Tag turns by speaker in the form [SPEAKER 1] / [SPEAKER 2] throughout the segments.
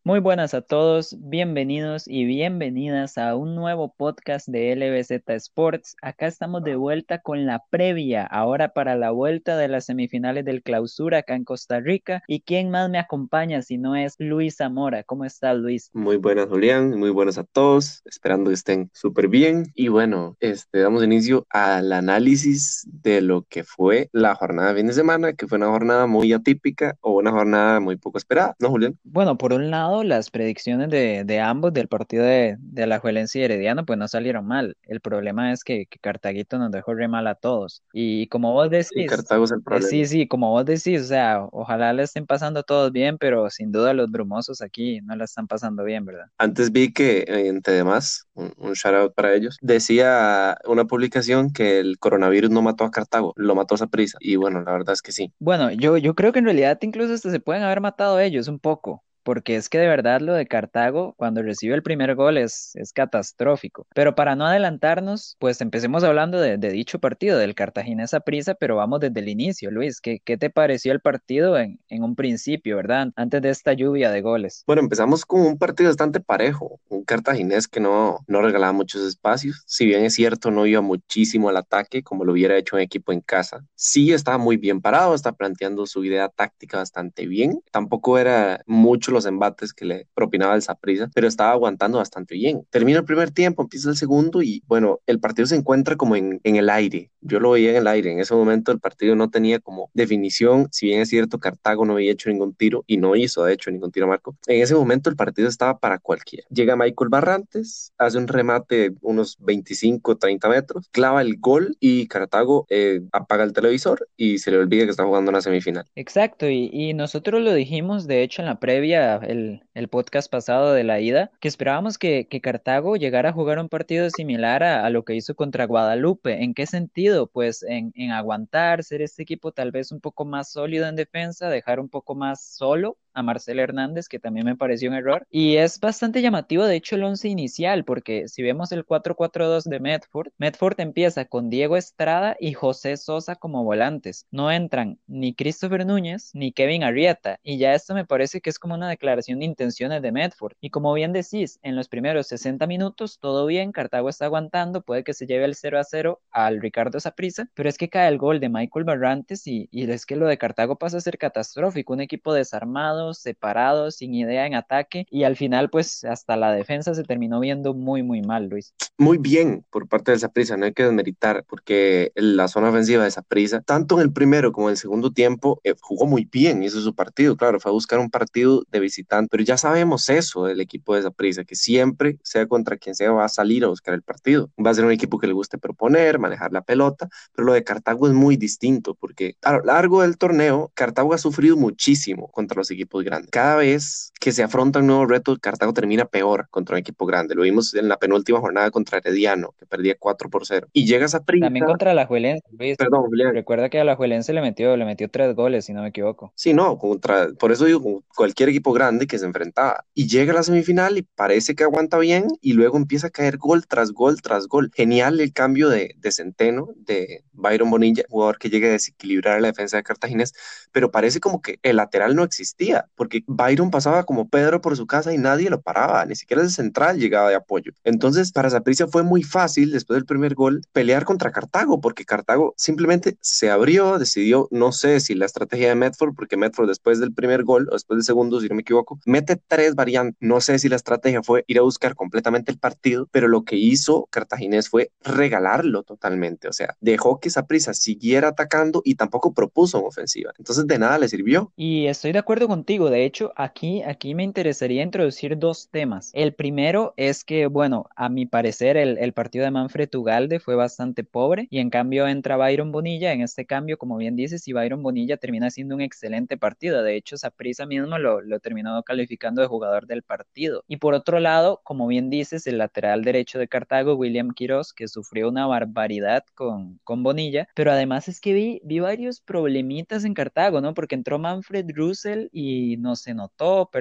[SPEAKER 1] Muy buenas a todos, bienvenidos y bienvenidas a un nuevo podcast de LBZ Sports. Acá estamos de vuelta con la previa, ahora para la vuelta de las semifinales del Clausura acá en Costa Rica. ¿Y quién más me acompaña si no es Luis Zamora? ¿Cómo estás, Luis?
[SPEAKER 2] Muy buenas, Julián, muy buenas a todos, esperando que estén súper bien. Y bueno, damos inicio al análisis de lo que fue la jornada de fin de semana, que fue una jornada muy atípica o una jornada muy poco esperada, ¿no, Julián?
[SPEAKER 1] Bueno, por un lado, las predicciones de ambos del partido de Alajuelense y Herediano, pues no salieron mal. El problema es que Cartaguito nos dejó re mal a todos. Y como vos
[SPEAKER 2] Sí,
[SPEAKER 1] decís,
[SPEAKER 2] Cartago es el problema.
[SPEAKER 1] sí, como vos decís, o sea, ojalá le estén pasando a todos bien, pero sin duda los brumosos aquí no la están pasando bien, ¿verdad?
[SPEAKER 2] Antes vi que, entre demás, un shout out para ellos, decía una publicación que el coronavirus no mató a Cartago, lo mató a Saprissa. Y bueno, la verdad es que sí.
[SPEAKER 1] Bueno, yo creo que en realidad incluso hasta se pueden haber matado ellos un poco, porque es que de verdad lo de Cartago cuando recibe el primer gol es catastrófico. Pero para no adelantarnos, pues empecemos hablando de dicho partido, del Cartaginés Prisa, pero vamos desde el inicio, Luis. ¿Qué te pareció el partido en un principio, verdad? Antes de esta lluvia de goles.
[SPEAKER 2] Bueno, empezamos con un partido bastante parejo, un cartaginés que no regalaba muchos espacios, si bien es cierto, no iba muchísimo al ataque como lo hubiera hecho un equipo en casa. Sí estaba muy bien parado, está planteando su idea táctica bastante bien, tampoco era mucho los embates que le propinaba el Saprissa, pero estaba aguantando bastante bien. Termina el primer tiempo, empieza el segundo y bueno, el partido se encuentra como en el aire. Yo lo veía en el aire, en ese momento el partido no tenía como definición, si bien es cierto, Cartago no había hecho ningún tiro y no hizo de hecho ningún tiro a marco. En ese momento el partido estaba para cualquiera. Llega Michael Barrantes, hace un remate unos 25, 30 metros, clava el gol y Cartago apaga el televisor y se le olvida que está jugando una semifinal.
[SPEAKER 1] Exacto, y nosotros lo dijimos, de hecho, en la previa, el podcast pasado de la ida, que esperábamos que Cartago llegara a jugar un partido similar a lo que hizo contra Guadalupe. ¿En qué sentido? Pues en aguantar, ser este equipo tal vez un poco más sólido en defensa, dejar un poco más solo a Marcel Hernández, que también me pareció un error. Y es bastante llamativo, de hecho, el once inicial, porque si vemos el 4-4-2 de Medford empieza con Diego Estrada y José Sosa como volantes. No entran ni Christopher Núñez ni Kevin Arrieta, y ya esto me parece que es como una declaración de intenciones de Medford. Y como bien decís, en los primeros 60 minutos todo bien, Cartago está aguantando, puede que se lleve el 0-0 al Ricardo Saprissa, pero es que cae el gol de Michael Barrantes y es que lo de Cartago pasa a ser catastrófico, un equipo desarmado, separado, sin idea en ataque, y al final pues hasta la defensa se terminó viendo muy mal, Luis.
[SPEAKER 2] Muy bien por parte del Saprissa, no hay que desmeritar, porque la zona ofensiva de Saprissa, tanto en el primero como en el segundo tiempo, jugó muy bien, hizo su partido, claro, fue a buscar un partido de visitante, pero ya sabemos eso del equipo de Saprissa, que siempre, sea contra quien sea, va a salir a buscar el partido. Va a ser un equipo que le guste proponer, manejar la pelota, pero lo de Cartago es muy distinto, porque a lo largo del torneo, Cartago ha sufrido muchísimo contra los equipos grandes. Cada vez que se afronta un nuevo reto, Cartago termina peor contra un equipo grande. Lo vimos en la penúltima jornada contra Herediano, que perdía 4-0. Y llega esa
[SPEAKER 1] También
[SPEAKER 2] prisa,
[SPEAKER 1] contra Alajuelense, Luis.
[SPEAKER 2] perdón, Julián.
[SPEAKER 1] Recuerda que Alajuelense le metió 3 goles, si no me equivoco.
[SPEAKER 2] Sí, no, por eso digo, con cualquier equipo grande que se enfrentaba. Y llega a la semifinal y parece que aguanta bien y luego empieza a caer gol tras gol tras gol. Genial el cambio de Centeno, de Byron Bonilla, jugador que llega a desequilibrar la defensa de Cartaginés, pero parece como que el lateral no existía, porque Byron pasaba como Pedro por su casa y nadie lo paraba, ni siquiera el central llegaba de apoyo. Entonces, para Saprissa fue muy fácil, después del primer gol, pelear contra Cartago, porque Cartago simplemente se abrió, decidió, no sé si la estrategia de Medford, porque Medford después del primer gol, o después del segundo, si no me equivoco, mete tres variantes. No sé si la estrategia fue ir a buscar completamente el partido, pero lo que hizo Cartaginés fue regalarlo totalmente. O sea, dejó que Saprissa siguiera atacando y tampoco propuso una ofensiva. Entonces, de nada le sirvió.
[SPEAKER 1] Y estoy de acuerdo contigo. De hecho, aquí me interesaría introducir dos temas. El primero es que, bueno, a mi parecer el partido de Manfred Ugalde fue bastante pobre y en cambio entra Byron Bonilla en este cambio, como bien dices, y Byron Bonilla termina siendo un excelente partido. De hecho, Saprissa mismo lo terminó calificando de jugador del partido. Y por otro lado, como bien dices, el lateral derecho de Cartago, William Quiroz, que sufrió una barbaridad con Bonilla, pero además es que vi varios problemitas en Cartago, ¿no? Porque entró Manfred Russell y no se notó,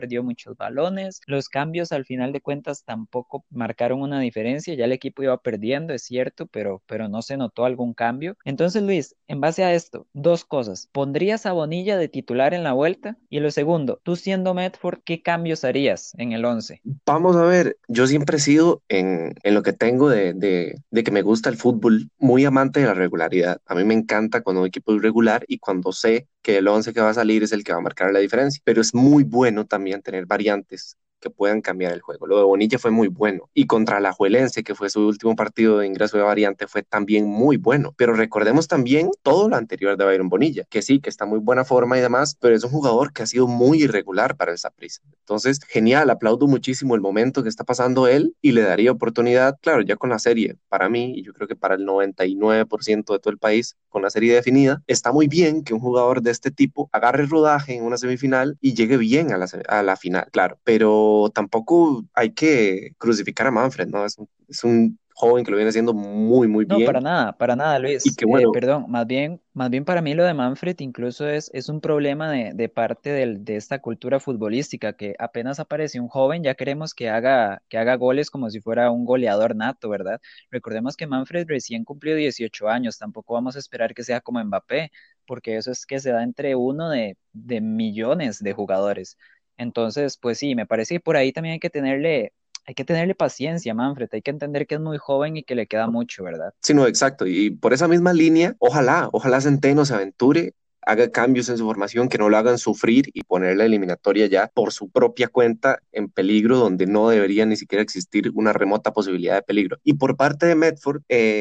[SPEAKER 1] perdió muchos balones, los cambios al final de cuentas tampoco marcaron una diferencia, ya el equipo iba perdiendo, es cierto, pero no se notó algún cambio. Entonces, Luis, en base a esto, dos cosas, ¿pondrías a Bonilla de titular en la vuelta? Y lo segundo, tú siendo Medford, ¿qué cambios harías en el 11?
[SPEAKER 2] Vamos a ver, yo siempre he sido en lo que tengo de que me gusta el fútbol, muy amante de la regularidad. A mí me encanta cuando un equipo es regular y cuando sé que el 11 que va a salir es el que va a marcar la diferencia. Pero es muy bueno también tener variantes que puedan cambiar el juego. Lo de Bonilla fue muy bueno. Y contra la Juelense, que fue su último partido de ingreso de variante, fue también muy bueno. Pero recordemos también todo lo anterior de Byron Bonilla, que sí, que está en muy buena forma y demás, pero es un jugador que ha sido muy irregular para el Saprissa. Entonces, genial, aplaudo muchísimo el momento que está pasando él y le daría oportunidad, claro, ya con la serie, para mí, y yo creo que para el 99% de todo el país, con la serie definida, está muy bien que un jugador de este tipo agarre rodaje en una semifinal y llegue bien a la final, claro, pero tampoco hay que crucificar a Manfred, ¿no? Es un joven que lo viene haciendo muy, muy
[SPEAKER 1] No,
[SPEAKER 2] bien
[SPEAKER 1] para nada,
[SPEAKER 2] y
[SPEAKER 1] Luis.
[SPEAKER 2] que bueno,
[SPEAKER 1] Perdón, más bien para mí lo de Manfred incluso es un problema de parte de esta cultura futbolística, que apenas aparece un joven, ya queremos que haga goles como si fuera un goleador nato, ¿verdad? Recordemos que Manfred recién cumplió 18 años, tampoco vamos a esperar que sea como Mbappé, porque eso es que se da entre uno de millones de jugadores. Entonces, pues sí, me parece que por ahí también hay que tenerle paciencia, Manfred, hay que entender que es muy joven y que le queda mucho, ¿verdad?
[SPEAKER 2] sí, no, exacto. Y por esa misma línea, ojalá Centeno se aventure, haga cambios en su formación, que no lo hagan sufrir y poner la eliminatoria ya por su propia cuenta en peligro, donde no debería ni siquiera existir una remota posibilidad de peligro. Y por parte de Medford,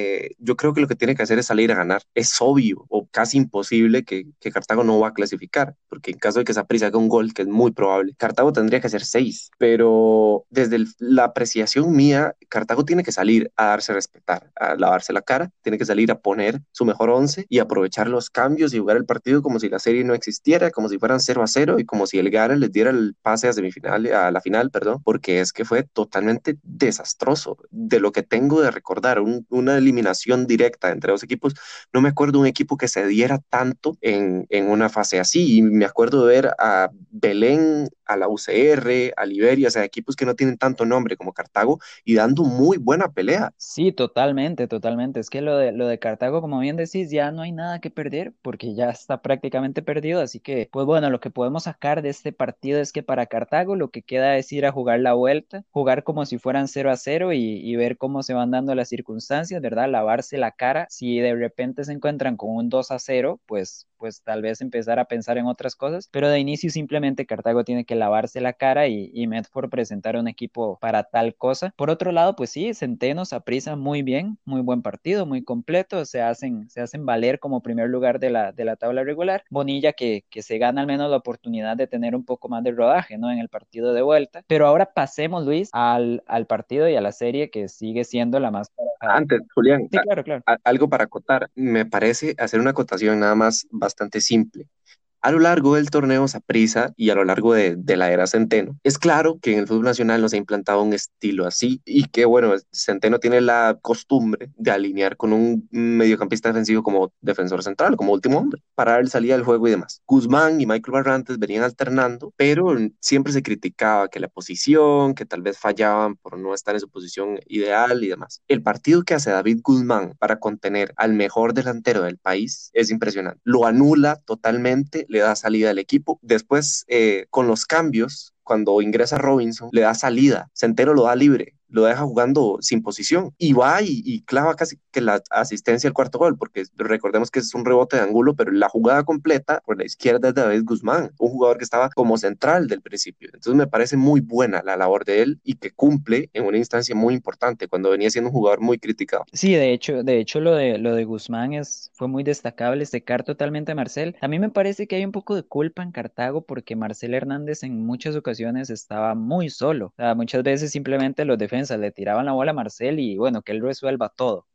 [SPEAKER 2] yo creo que lo que tiene que hacer es salir a ganar. Es obvio o casi imposible que Cartago no va a clasificar, porque en caso de que Saprissa haga un gol, que es muy probable, Cartago tendría que hacer seis. Pero desde la apreciación mía, Cartago tiene que salir a darse a respetar, a lavarse la cara, tiene que salir a poner su mejor once y aprovechar los cambios y jugar el partido como si la serie no existiera, como si fueran 0-0 y como si el Gara les diera el pase a semifinal, a la final, perdón, porque es que fue totalmente desastroso. De lo que tengo de recordar, una eliminación directa entre dos equipos, no me acuerdo un equipo que se diera tanto en una fase así. Y me acuerdo de ver a Belén, a la UCR, a Liberia, o sea, equipos que no tienen tanto nombre como Cartago y dando muy buena pelea.
[SPEAKER 1] Sí, totalmente, totalmente. Es que lo de Cartago, como bien decís, ya no hay nada que perder porque ya está prácticamente perdido. Así que, pues bueno, lo que podemos sacar de este partido es que para Cartago lo que queda es ir a jugar la vuelta, jugar como si fueran 0-0 y ver cómo se van dando las circunstancias, ¿verdad? Lavarse la cara. Si de repente se encuentran con un 2-0, pues tal vez empezar a pensar en otras cosas. Pero de inicio simplemente Cartago tiene que lavarse la cara y Medford presentar un equipo para tal cosa. Por otro lado, pues sí, Centeno, Saprissa muy bien, muy buen partido, muy completo, se hacen valer como primer lugar de la tabla regular. Bonilla que se gana al menos la oportunidad de tener un poco más de rodaje, ¿no? En el partido de vuelta. Pero ahora pasemos, Luis, al partido y a la serie que sigue siendo la más trabajada.
[SPEAKER 2] Antes, Julián,
[SPEAKER 1] Sí, claro, claro.
[SPEAKER 2] algo para acotar. Me parece hacer una acotación nada más bastante simple. A lo largo del torneo Saprissa y a lo largo de la era Centeno, es claro que en el fútbol nacional nos ha implantado un estilo así y que, bueno, Centeno tiene la costumbre de alinear con un mediocampista defensivo como defensor central, como último hombre, para dar salida al juego y demás. Guzmán y Michael Barrantes venían alternando, pero siempre se criticaba que la posición, que tal vez fallaban por no estar en su posición ideal y demás. El partido que hace David Guzmán para contener al mejor delantero del país es impresionante. Lo anula totalmente, le da salida al equipo. Después, con los cambios, cuando ingresa Robinson, le da salida. Centeno lo da libre, lo deja jugando sin posición y va y clava casi que la asistencia al cuarto gol, porque recordemos que es un rebote de ángulo, pero la jugada completa por la izquierda es de David Guzmán, un jugador que estaba como central del principio. Entonces me parece muy buena la labor de él y que cumple en una instancia muy importante cuando venía siendo un jugador muy criticado.
[SPEAKER 1] Sí, de hecho lo de Guzmán fue muy destacable, secar totalmente a Marcel. A mí me parece que hay un poco de culpa en Cartago porque Marcel Hernández en muchas ocasiones estaba muy solo. O sea, muchas veces simplemente los defensas le tiraban la bola a Marcel y bueno, que él resuelva todo.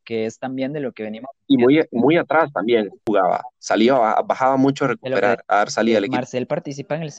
[SPEAKER 1] que es también de lo que venimos
[SPEAKER 2] Y
[SPEAKER 1] viendo,
[SPEAKER 2] muy atrás también jugaba. Salía, bajaba mucho a
[SPEAKER 1] de lo que
[SPEAKER 2] recuperar, a dar salida al equipo.
[SPEAKER 1] Marcel participa en el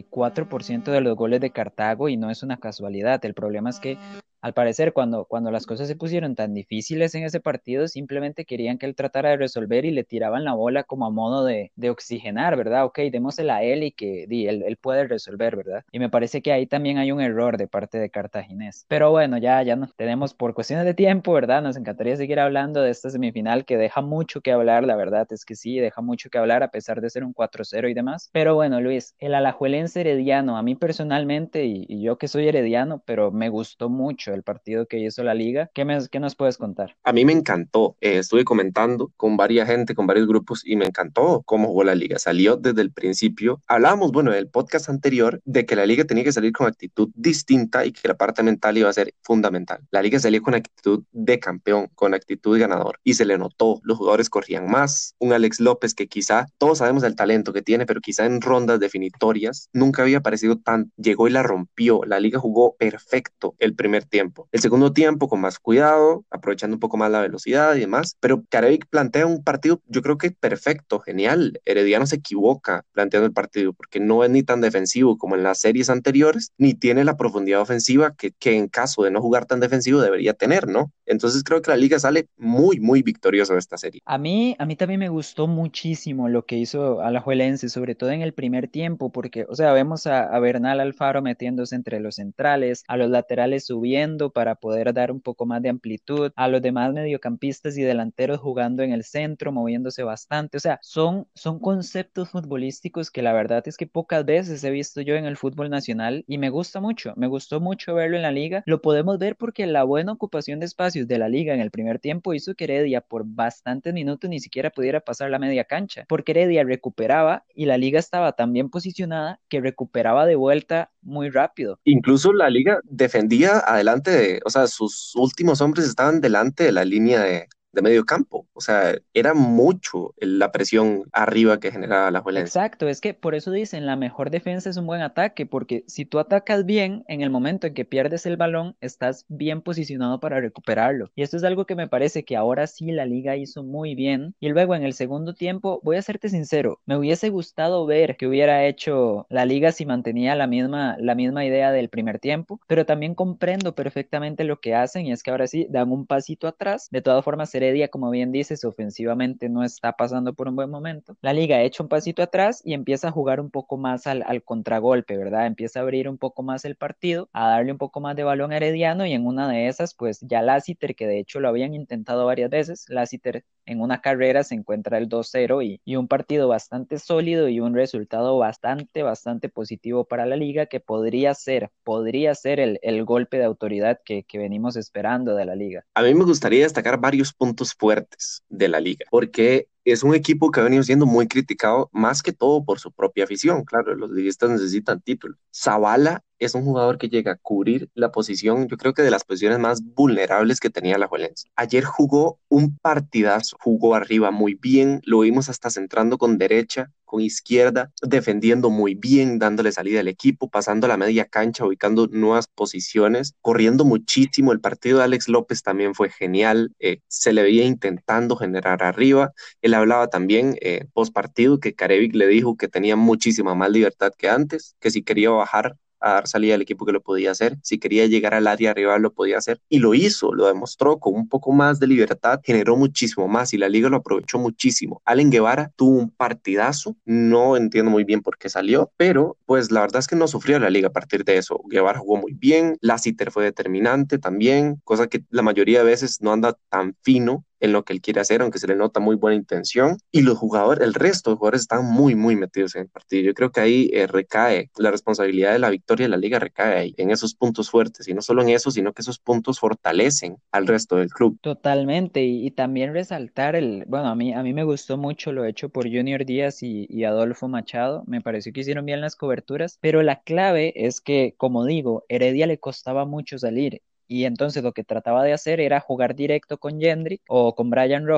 [SPEAKER 1] 64% de los goles de Cartago y no es una casualidad. El problema es que, al parecer, cuando las cosas se pusieron tan difíciles en ese partido, simplemente querían que él tratara de resolver y le tiraban la bola como a modo de oxigenar, ¿verdad? Ok, démosela a él y que él puede resolver, ¿verdad? Y me parece que ahí también hay un error de parte de Cartaginés. Pero bueno, ya no tenemos por cuestiones de tiempo, ¿verdad? Nos encantaría seguir hablando de esta semifinal que deja mucho que hablar, la verdad es que sí, deja mucho que hablar a pesar de ser un 4-0 y demás. Pero bueno, Luis, el Alajuelense Herediano, a mí personalmente, y yo que soy herediano, pero me gustó mucho el partido que hizo la liga. ¿Qué nos puedes contar?
[SPEAKER 2] A mí me encantó. Estuve comentando con varias gente, con varios grupos y me encantó cómo jugó la liga. Salió desde el principio. Hablábamos, bueno, en el podcast anterior de que la liga tenía que salir con actitud distinta y que la parte mental iba a ser fundamental. La liga salió con actitud de campeón, con actitud de ganador y se le notó. Los jugadores corrían más. Un Alex López que quizá todos sabemos el talento que tiene, pero quizá en rondas definitorias nunca había aparecido tan. Llegó y la rompió. La liga jugó perfecto el primer tiempo. El segundo tiempo con más cuidado, aprovechando un poco más la velocidad y demás, pero Carevic plantea un partido, yo creo que perfecto, genial. Herediano se equivoca planteando el partido porque no es ni tan defensivo como en las series anteriores, ni tiene la profundidad ofensiva que en caso de no jugar tan defensivo debería tener, ¿no? Entonces creo que la liga sale muy victoriosa de esta serie.
[SPEAKER 1] A mí también me gustó muchísimo lo que hizo Alajuelense, sobre todo en el primer tiempo, porque, o sea, vemos a Bernal Alfaro metiéndose entre los centrales, a los laterales subiendo para poder dar un poco más de amplitud, a los demás mediocampistas y delanteros jugando en el centro, moviéndose bastante. O sea, son conceptos futbolísticos que la verdad es que pocas veces he visto yo en el fútbol nacional y me gustó mucho verlo en la liga. Lo podemos ver porque la buena ocupación de espacios de la liga en el primer tiempo hizo que Heredia por bastantes minutos ni siquiera pudiera pasar la media cancha, porque Heredia recuperaba y la liga estaba tan bien posicionada que recuperaba de vuelta muy rápido.
[SPEAKER 2] Incluso la liga defendía adelante de, o sea, sus últimos hombres estaban delante de la línea de medio campo. O sea, era mucho la presión arriba que generaba la Juelense.
[SPEAKER 1] Exacto, es que por eso dicen la mejor defensa es un buen ataque, porque si tú atacas bien, en el momento en que pierdes el balón, estás bien posicionado para recuperarlo. Y esto es algo que me parece que ahora sí la liga hizo muy bien. Y luego en el segundo tiempo, voy a serte sincero, me hubiese gustado ver que hubiera hecho la liga si mantenía la misma idea del primer tiempo, pero también comprendo perfectamente lo que hacen y es que ahora sí dan un pasito atrás. De todas formas, Heredia, como bien dices, ofensivamente no está pasando por un buen momento. La liga ha hecho un pasito atrás y empieza a jugar un poco más al contragolpe, ¿verdad? Empieza a abrir un poco más el partido, a darle un poco más de balón a Herediano y en una de esas, pues ya Lassiter, que de hecho lo habían intentado varias veces, Lassiter en una carrera se encuentra el 2-0 y un partido bastante sólido y un resultado bastante positivo para la liga que podría ser el golpe de autoridad que venimos esperando de la liga.
[SPEAKER 2] A mí me gustaría destacar varios puntos fuertes de la liga, porque es un equipo que ha venido siendo muy criticado, más que todo por su propia afición. Claro, los liguistas necesitan títulos. Zavala es un jugador que llega a cubrir la posición, yo creo que de las posiciones más vulnerables que tenía la Juelense. Ayer jugó un partidazo, jugó arriba muy bien, lo vimos hasta centrando con derecha, con izquierda, defendiendo muy bien, dándole salida al equipo, pasando la media cancha, ubicando nuevas posiciones, corriendo muchísimo. El partido de Alex López también fue genial, se le veía intentando generar arriba. Él hablaba también post partido que Carevic le dijo que tenía muchísima más libertad que antes, que si quería bajar a dar salida al equipo que lo podía hacer, si quería llegar al área rival lo podía hacer y lo hizo, lo demostró con un poco más de libertad, generó muchísimo más y la liga lo aprovechó muchísimo. Allen Guevara tuvo un partidazo, no entiendo muy bien por qué salió, pero pues la verdad es que no sufrió la liga a partir de eso. Guevara jugó muy bien, Lassiter fue determinante también, cosa que la mayoría de veces no anda tan fino en lo que él quiere hacer, aunque se le nota muy buena intención. Y los jugadores, el resto de jugadores están muy metidos en el partido. Yo creo que ahí recae la responsabilidad de la victoria de la liga, recae ahí, en esos puntos fuertes. Y no solo en eso, sino que esos puntos fortalecen al resto del club.
[SPEAKER 1] Totalmente, y también resaltar bueno, a mí me gustó mucho lo hecho por Junior Díaz y Adolfo Machado, me pareció que hicieron bien las coberturas, pero la clave es que, como digo, Heredia le costaba mucho salir, y entonces lo que trataba de hacer era jugar directo con Jendrik o con Brian Rojas,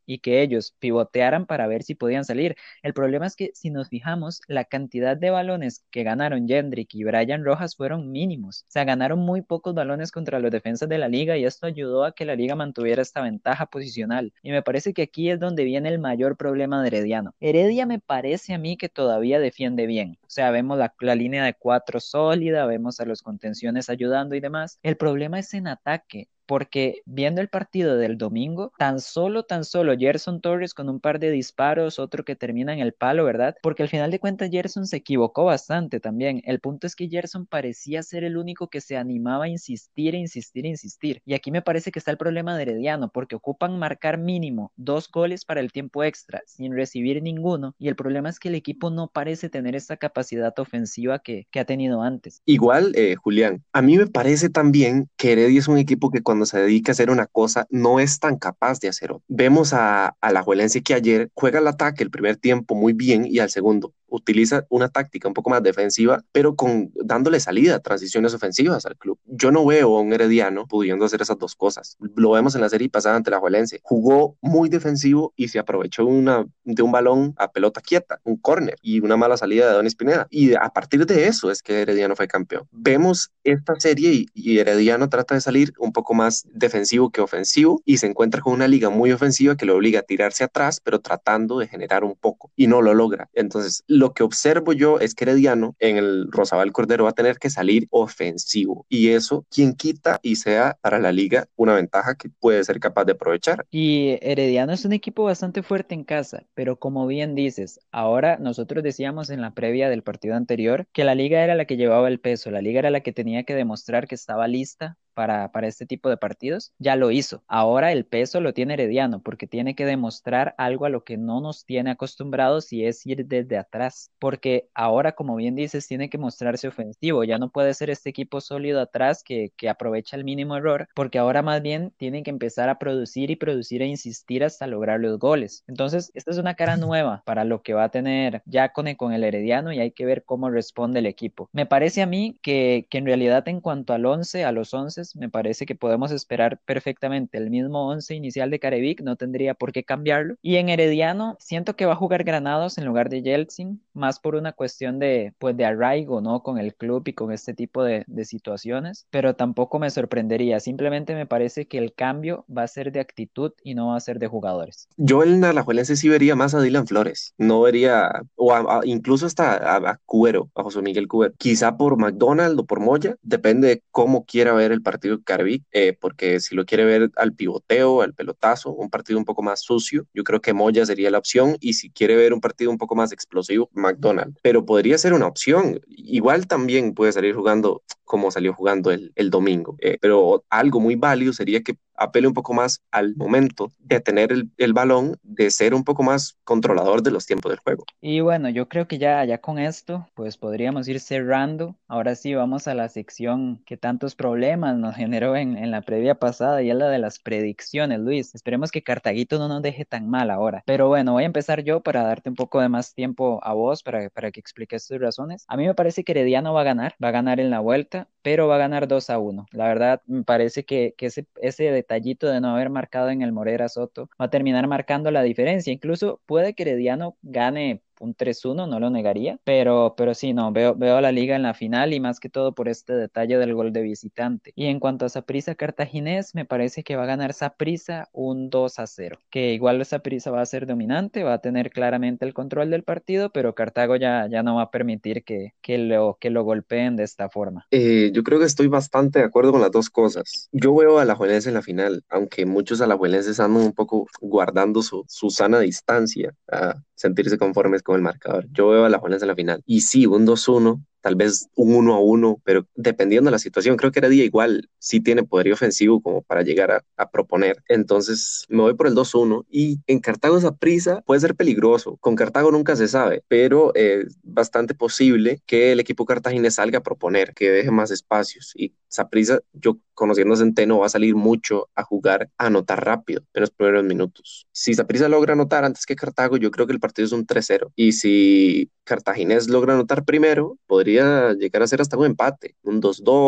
[SPEAKER 1] y que ellos pivotearan para ver si podían salir. El problema es que si nos fijamos, la cantidad de balones que ganaron Jendrick y Brian Rojas fueron mínimos. O sea, ganaron muy pocos balones contra los defensas de la liga y esto ayudó a que la liga mantuviera esta ventaja posicional. Y me parece que aquí es donde viene el mayor problema de Herediano. Heredia me parece a mí que todavía defiende bien. O sea, vemos la línea de cuatro sólida, vemos a los contenciones ayudando y demás. El problema es en ataque porque viendo el partido del domingo, tan solo Gerson Torres con un par de disparos, otro que termina en el palo, ¿verdad? Porque al final de cuentas Gerson se equivocó bastante también. El punto es que Gerson parecía ser el único que se animaba a insistir, insistir, insistir. Y aquí me parece que está el problema de Herediano, porque ocupan marcar mínimo 2 goles para el tiempo extra, sin recibir ninguno. Y el problema es que el equipo no parece tener esa capacidad ofensiva que ha tenido antes.
[SPEAKER 2] Igual, Julián, a mí me parece también que Heredia es un equipo que cuando se dedica a hacer una cosa no es tan capaz de hacer otra. Vemos a Alajuelense que ayer juega el ataque el primer tiempo muy bien y al segundo utiliza una táctica un poco más defensiva, pero dándole salida, transiciones ofensivas al club. Yo no veo a un Herediano pudiendo hacer esas dos cosas. Lo vemos en la serie pasada ante la Alajuelense. Jugó muy defensivo y se aprovechó de un balón a pelota quieta, un córner y una mala salida de Don Pineda. Y a partir de eso es que Herediano fue campeón. Vemos esta serie y Herediano trata de salir un poco más defensivo que ofensivo y se encuentra con una liga muy ofensiva que lo obliga a tirarse atrás, pero tratando de generar un poco y no lo logra. Entonces, lo que observo yo es que Herediano en el Rosabal Cordero va a tener que salir ofensivo y eso, quien quita y sea para la liga una ventaja que puede ser capaz de aprovechar.
[SPEAKER 1] Y Herediano es un equipo bastante fuerte en casa, pero como bien dices, ahora nosotros decíamos en la previa del partido anterior que la liga era la que llevaba el peso, la liga era la que tenía que demostrar que estaba lista para este tipo de partidos, ya lo hizo. Ahora el peso lo tiene Herediano porque tiene que demostrar algo a lo que no nos tiene acostumbrados y es ir desde atrás, porque ahora, como bien dices, tiene que mostrarse ofensivo, ya no puede ser este equipo sólido atrás que aprovecha el mínimo error, porque ahora más bien tienen que empezar a producir y producir e insistir hasta lograr los goles. Entonces, esta es una cara nueva para lo que va a tener Yacone con el Herediano y hay que ver cómo responde el equipo. Me parece a mí que en realidad en cuanto al 11, a los 11, me parece que podemos esperar perfectamente el mismo 11 inicial de Carevic, no tendría por qué cambiarlo. Y en Herediano, siento que va a jugar Granados en lugar de Yeltsin, más por una cuestión de, pues, de arraigo, ¿no? Con el club y con este tipo de situaciones, pero tampoco me sorprendería, simplemente me parece que el cambio va a ser de actitud y no va a ser de jugadores.
[SPEAKER 2] Yo en Alajuelense sí vería más a Dylan Flores, no vería, o incluso hasta a Cubero, a José Miguel Cubero, quizá por McDonald o por Moya, depende de cómo quiera ver el partido de Carví, porque si lo quiere ver al pivoteo, al pelotazo, un partido un poco más sucio, yo creo que Moya sería la opción, y si quiere ver un partido un poco más explosivo, McDonald, pero podría ser una opción, igual también puede salir jugando como salió jugando el domingo, pero algo muy válido sería que apele un poco más al momento de tener el balón, de ser un poco más controlador de los tiempos del juego.
[SPEAKER 1] Y bueno, yo creo que ya con esto, pues podríamos ir cerrando. Ahora sí, vamos a la sección que tantos problemas nos generó en la previa pasada y es la de las predicciones, Luis. Esperemos que Cartaguito no nos deje tan mal ahora. Pero bueno, voy a empezar yo para darte un poco de más tiempo a vos para que expliques tus razones. A mí me parece que Herediano va a ganar en la vuelta, pero va a ganar 2-1. La verdad, me parece que ese detallito de no haber marcado en el Morera Soto va a terminar marcando la diferencia. Incluso puede que Herediano gane un 3-1, no lo negaría, pero sí, no, veo a la liga en la final y más que todo por este detalle del gol de visitante. Y en cuanto a Saprissa Cartaginés, me parece que va a ganar Saprissa un 2-0, que igual Saprissa va a ser dominante, va a tener claramente el control del partido, pero Cartago ya no va a permitir que lo golpeen de esta forma.
[SPEAKER 2] Yo creo que estoy bastante de acuerdo con las dos cosas. Yo veo a Alajuelense en la final, aunque muchos alajuelenses andan un poco guardando su sana distancia a sentirse conformes con el marcador. Yo veo a Alajuelense en la final. Y sí, un 2-1, tal vez un 1-1, pero dependiendo de la situación, creo que Heredia igual sí tiene poderío ofensivo como para llegar a proponer. Entonces me voy por el 2-1 y en Cartago esa prisa puede ser peligroso. Con Cartago nunca se sabe, pero es bastante posible que el equipo cartaginés salga a proponer, que deje más espacios y Saprissa, yo conociendo a Centeno, va a salir mucho a jugar, a anotar rápido en los primeros minutos. Si Saprissa logra anotar antes que Cartago, yo creo que el partido es un 3-0. Y si Cartaginés logra anotar primero, podría llegar a ser hasta un empate, un 2-2,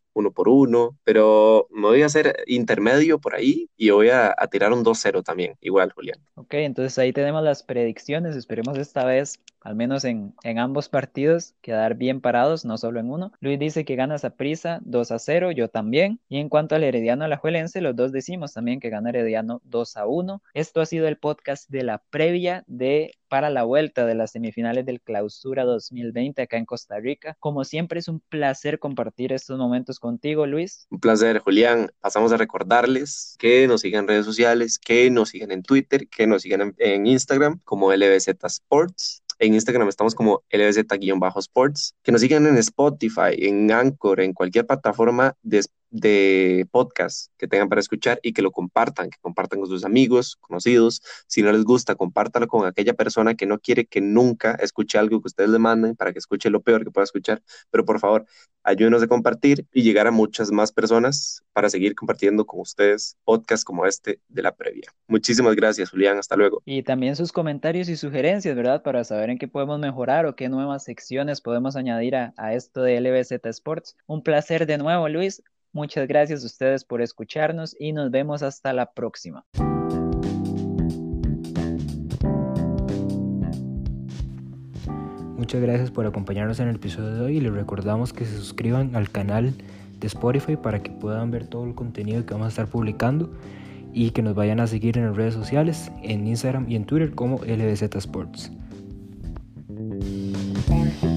[SPEAKER 2] uno por uno, pero me voy a hacer intermedio por ahí y voy a tirar un 2-0 también, igual, Julián.
[SPEAKER 1] Ok, entonces ahí tenemos las predicciones. Esperemos esta vez, al menos en ambos partidos, quedar bien parados, no solo en uno. Luis dice que gana Saprissa 2-0, yo también. Y en cuanto al Herediano Alajuelense, los dos decimos también que gana Herediano 2-1. Esto ha sido el podcast de la previa de para la vuelta de las semifinales del Clausura 2020 acá en Costa Rica. Como siempre es un placer compartir estos momentos contigo, Luis.
[SPEAKER 2] Un placer, Julián. Pasamos a recordarles que nos sigan en redes sociales, que nos sigan en Twitter, que nos sigan en Instagram como LBZ Sports. En Instagram estamos como LBZ-Sports. Que nos sigan en Spotify, en Anchor, en cualquier plataforma de podcast que tengan para escuchar y que compartan con sus amigos, conocidos. Si no les gusta, compártalo con aquella persona que no quiere que nunca escuche algo que ustedes le manden para que escuche lo peor que pueda escuchar. Pero por favor, ayúdenos a compartir y llegar a muchas más personas para seguir compartiendo con ustedes podcasts como este de la previa. Muchísimas gracias, Julián. Hasta luego.
[SPEAKER 1] Y también sus comentarios y sugerencias, ¿verdad? Para saber en qué podemos mejorar o qué nuevas secciones podemos añadir a esto de LBZ Sports. Un placer de nuevo, Luis. Muchas gracias a ustedes por escucharnos y nos vemos hasta la próxima.
[SPEAKER 3] Muchas gracias por acompañarnos en el episodio de hoy y les recordamos que se suscriban al canal de Spotify para que puedan ver todo el contenido que vamos a estar publicando y que nos vayan a seguir en las redes sociales, en Instagram y en Twitter como LBZ Sports.